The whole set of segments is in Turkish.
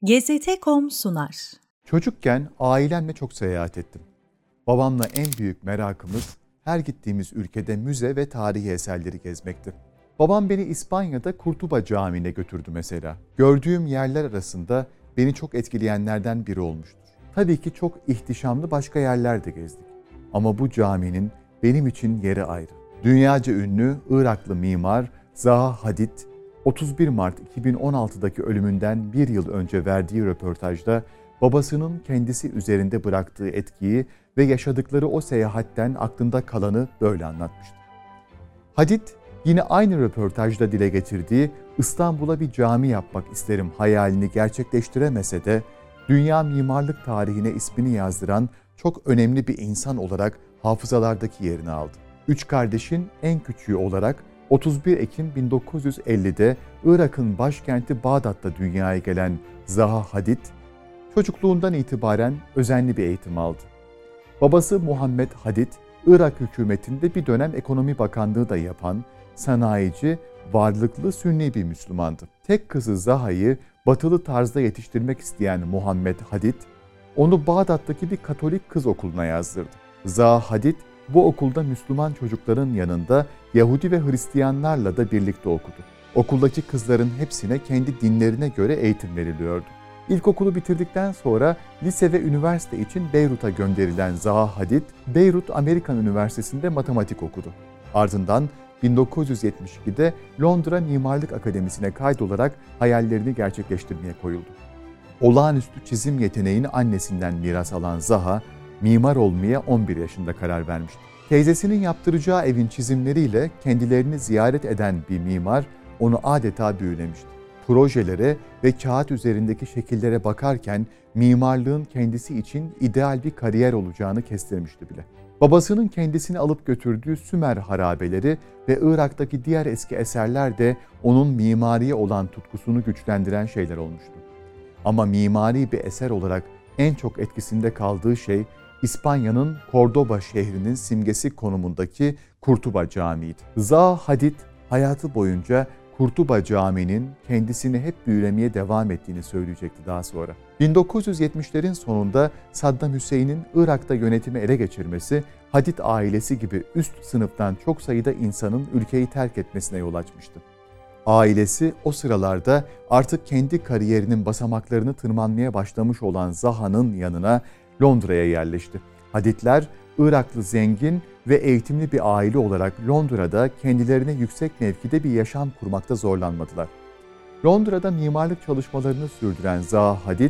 GZT.com sunar. Çocukken ailemle çok seyahat ettim. Babamla en büyük merakımız her gittiğimiz ülkede müze ve tarihi eserleri gezmekti. Babam beni İspanya'da Kurtuba Camii'ne götürdü mesela. Gördüğüm yerler arasında beni çok etkileyenlerden biri olmuştur. Tabii ki çok ihtişamlı başka yerler de gezdik. Ama bu caminin benim için yeri ayrı. Dünyaca ünlü Iraklı mimar Zaha Hadid, 31 Mart 2016'daki ölümünden bir yıl önce verdiği röportajda babasının kendisi üzerinde bıraktığı etkiyi ve yaşadıkları o seyahatten aklında kalanı böyle anlatmıştı. Hadid yine aynı röportajda dile getirdiği İstanbul'a bir cami yapmak isterim hayalini gerçekleştiremese de dünya mimarlık tarihine ismini yazdıran çok önemli bir insan olarak hafızalardaki yerini aldı. Üç kardeşin en küçüğü olarak 31 Ekim 1950'de Irak'ın başkenti Bağdat'ta dünyaya gelen Zaha Hadid, çocukluğundan itibaren özenli bir eğitim aldı. Babası Muhammed Hadid, Irak hükümetinde bir dönem Ekonomi Bakanlığı da yapan, sanayici, varlıklı Sünni bir Müslümandı. Tek kızı Zaha'yı batılı tarzda yetiştirmek isteyen Muhammed Hadid, onu Bağdat'taki bir Katolik kız okuluna yazdırdı. Zaha Hadid, bu okulda Müslüman çocukların yanında Yahudi ve Hristiyanlarla da birlikte okudu. Okuldaki kızların hepsine kendi dinlerine göre eğitim veriliyordu. İlkokulu bitirdikten sonra lise ve üniversite için Beyrut'a gönderilen Zaha Hadid, Beyrut Amerikan Üniversitesi'nde matematik okudu. Ardından 1972'de Londra Mimarlık Akademisi'ne kaydolarak hayallerini gerçekleştirmeye koyuldu. Olağanüstü çizim yeteneğini annesinden miras alan Zaha, mimar olmaya 11 yaşında karar vermişti. Teyzesinin yaptıracağı evin çizimleriyle kendilerini ziyaret eden bir mimar onu adeta büyülemişti. Projelere ve kağıt üzerindeki şekillere bakarken mimarlığın kendisi için ideal bir kariyer olacağını kestirmişti bile. Babasının kendisini alıp götürdüğü Sümer harabeleri ve Irak'taki diğer eski eserler de onun mimariye olan tutkusunu güçlendiren şeyler olmuştu. Ama mimari bir eser olarak en çok etkisinde kaldığı şey İspanya'nın Cordoba şehrinin simgesi konumundaki Kurtuba Camii'ydi. Zaha Hadid hayatı boyunca Kurtuba Camii'nin kendisini hep büyülemeye devam ettiğini söyleyecekti daha sonra. 1970'lerin sonunda Saddam Hüseyin'in Irak'ta yönetimi ele geçirmesi, Hadid ailesi gibi üst sınıftan çok sayıda insanın ülkeyi terk etmesine yol açmıştı. Ailesi o sıralarda artık kendi kariyerinin basamaklarını tırmanmaya başlamış olan Zaha'nın yanına Londra'ya yerleşti. Hadidler, Iraklı zengin ve eğitimli bir aile olarak Londra'da kendilerine yüksek mevkide bir yaşam kurmakta zorlanmadılar. Londra'da mimarlık çalışmalarını sürdüren Zaha Hadid,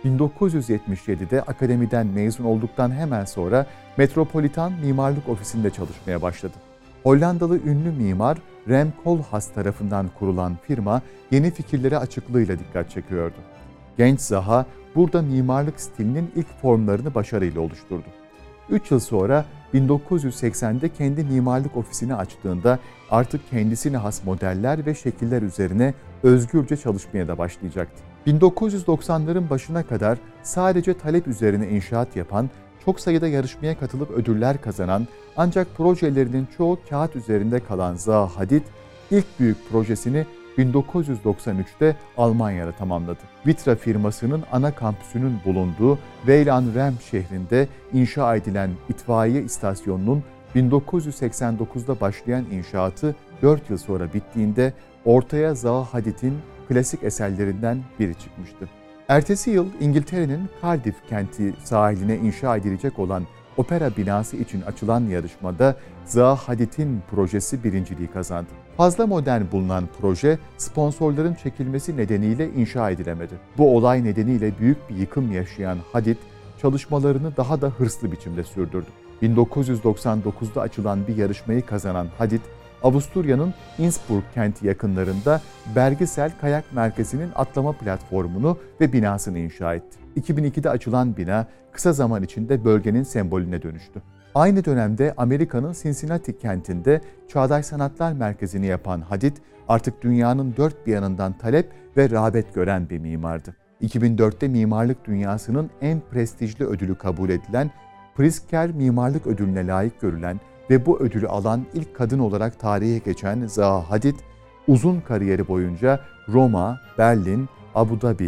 1977'de akademiden mezun olduktan hemen sonra Metropolitan Mimarlık Ofisi'nde çalışmaya başladı. Hollandalı ünlü mimar Rem Koolhaas tarafından kurulan firma yeni fikirlere açıklığıyla dikkat çekiyordu. Genç Zaha burada mimarlık stilinin ilk formlarını başarıyla oluşturdu. 3 yıl sonra 1980'de kendi mimarlık ofisini açtığında artık kendisine has modeller ve şekiller üzerine özgürce çalışmaya da başlayacaktı. 1990'ların başına kadar sadece talep üzerine inşaat yapan, çok sayıda yarışmaya katılıp ödüller kazanan ancak projelerinin çoğu kağıt üzerinde kalan Zaha Hadid ilk büyük projesini 1993'te Almanya'da tamamladı. Vitra firmasının ana kampüsünün bulunduğu Weil am Rhein şehrinde inşa edilen itfaiye istasyonunun 1989'da başlayan inşaatı 4 yıl sonra bittiğinde ortaya Zaha Hadid'in klasik eserlerinden biri çıkmıştı. Ertesi yıl İngiltere'nin Cardiff kenti sahiline inşa edilecek olan opera binası için açılan yarışmada Zaha Hadid'in projesi birinciliği kazandı. Fazla modern bulunan proje sponsorların çekilmesi nedeniyle inşa edilemedi. Bu olay nedeniyle büyük bir yıkım yaşayan Hadid çalışmalarını daha da hırslı biçimde sürdürdü. 1999'da açılan bir yarışmayı kazanan Hadid, Avusturya'nın Innsbruck kenti yakınlarında Bergisel Kayak Merkezi'nin atlama platformunu ve binasını inşa etti. 2002'de açılan bina kısa zaman içinde bölgenin sembolüne dönüştü. Aynı dönemde Amerika'nın Cincinnati kentinde Çağdaş Sanatlar Merkezi'ni yapan Hadid artık dünyanın dört bir yanından talep ve rağbet gören bir mimardı. 2004'te mimarlık dünyasının en prestijli ödülü kabul edilen Pritzker Mimarlık Ödülü'ne layık görülen ve bu ödülü alan ilk kadın olarak tarihe geçen Zaha Hadid, uzun kariyeri boyunca Roma, Berlin, Abu Dhabi,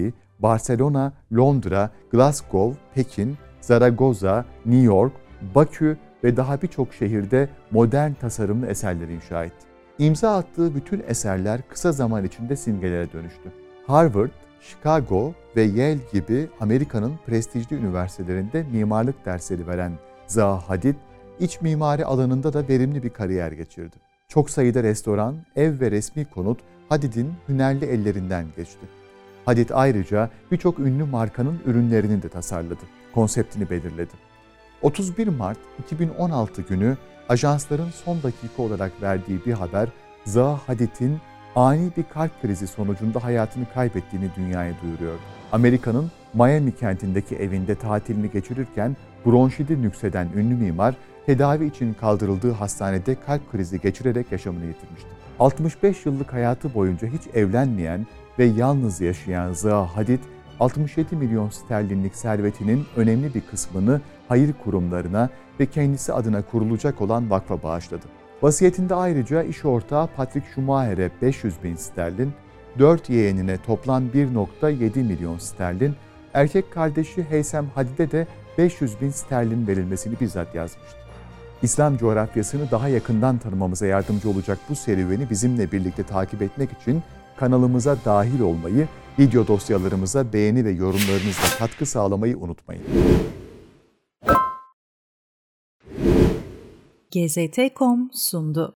Barcelona, Londra, Glasgow, Pekin, Zaragoza, New York, Bakü ve daha birçok şehirde modern tasarımlı eserler inşa etti. İmza attığı bütün eserler kısa zaman içinde simgelere dönüştü. Harvard, Chicago ve Yale gibi Amerika'nın prestijli üniversitelerinde mimarlık dersleri veren Zaha Hadid, iç mimari alanında da verimli bir kariyer geçirdi. Çok sayıda restoran, ev ve resmi konut Hadid'in hünerli ellerinden geçti. Hadid ayrıca birçok ünlü markanın ürünlerini de tasarladı, konseptini belirledi. 31 Mart 2016 günü ajansların son dakika olarak verdiği bir haber, Zaha Hadid'in ani bir kalp krizi sonucunda hayatını kaybettiğini dünyaya duyuruyordu. Amerika'nın Miami kentindeki evinde tatilini geçirirken bronşiti nükseden ünlü mimar, tedavi için kaldırıldığı hastanede kalp krizi geçirerek yaşamını yitirmişti. 65 yıllık hayatı boyunca hiç evlenmeyen ve yalnız yaşayan Zaha Hadid, 67 milyon sterlinlik servetinin önemli bir kısmını hayır kurumlarına ve kendisi adına kurulacak olan vakfa bağışladı. Vasiyetinde ayrıca iş ortağı Patrick Schumacher'e 500 bin sterlin, 4 yeğenine toplam 1,7 milyon sterlin, erkek kardeşi Heysem Hadid'e de 500 bin sterlin verilmesini bizzat yazmıştı. İslam coğrafyasını daha yakından tanımamıza yardımcı olacak bu serüveni bizimle birlikte takip etmek için kanalımıza dahil olmayı, video dosyalarımıza beğeni ve yorumlarınızla katkı sağlamayı unutmayın. GZT.com sundu.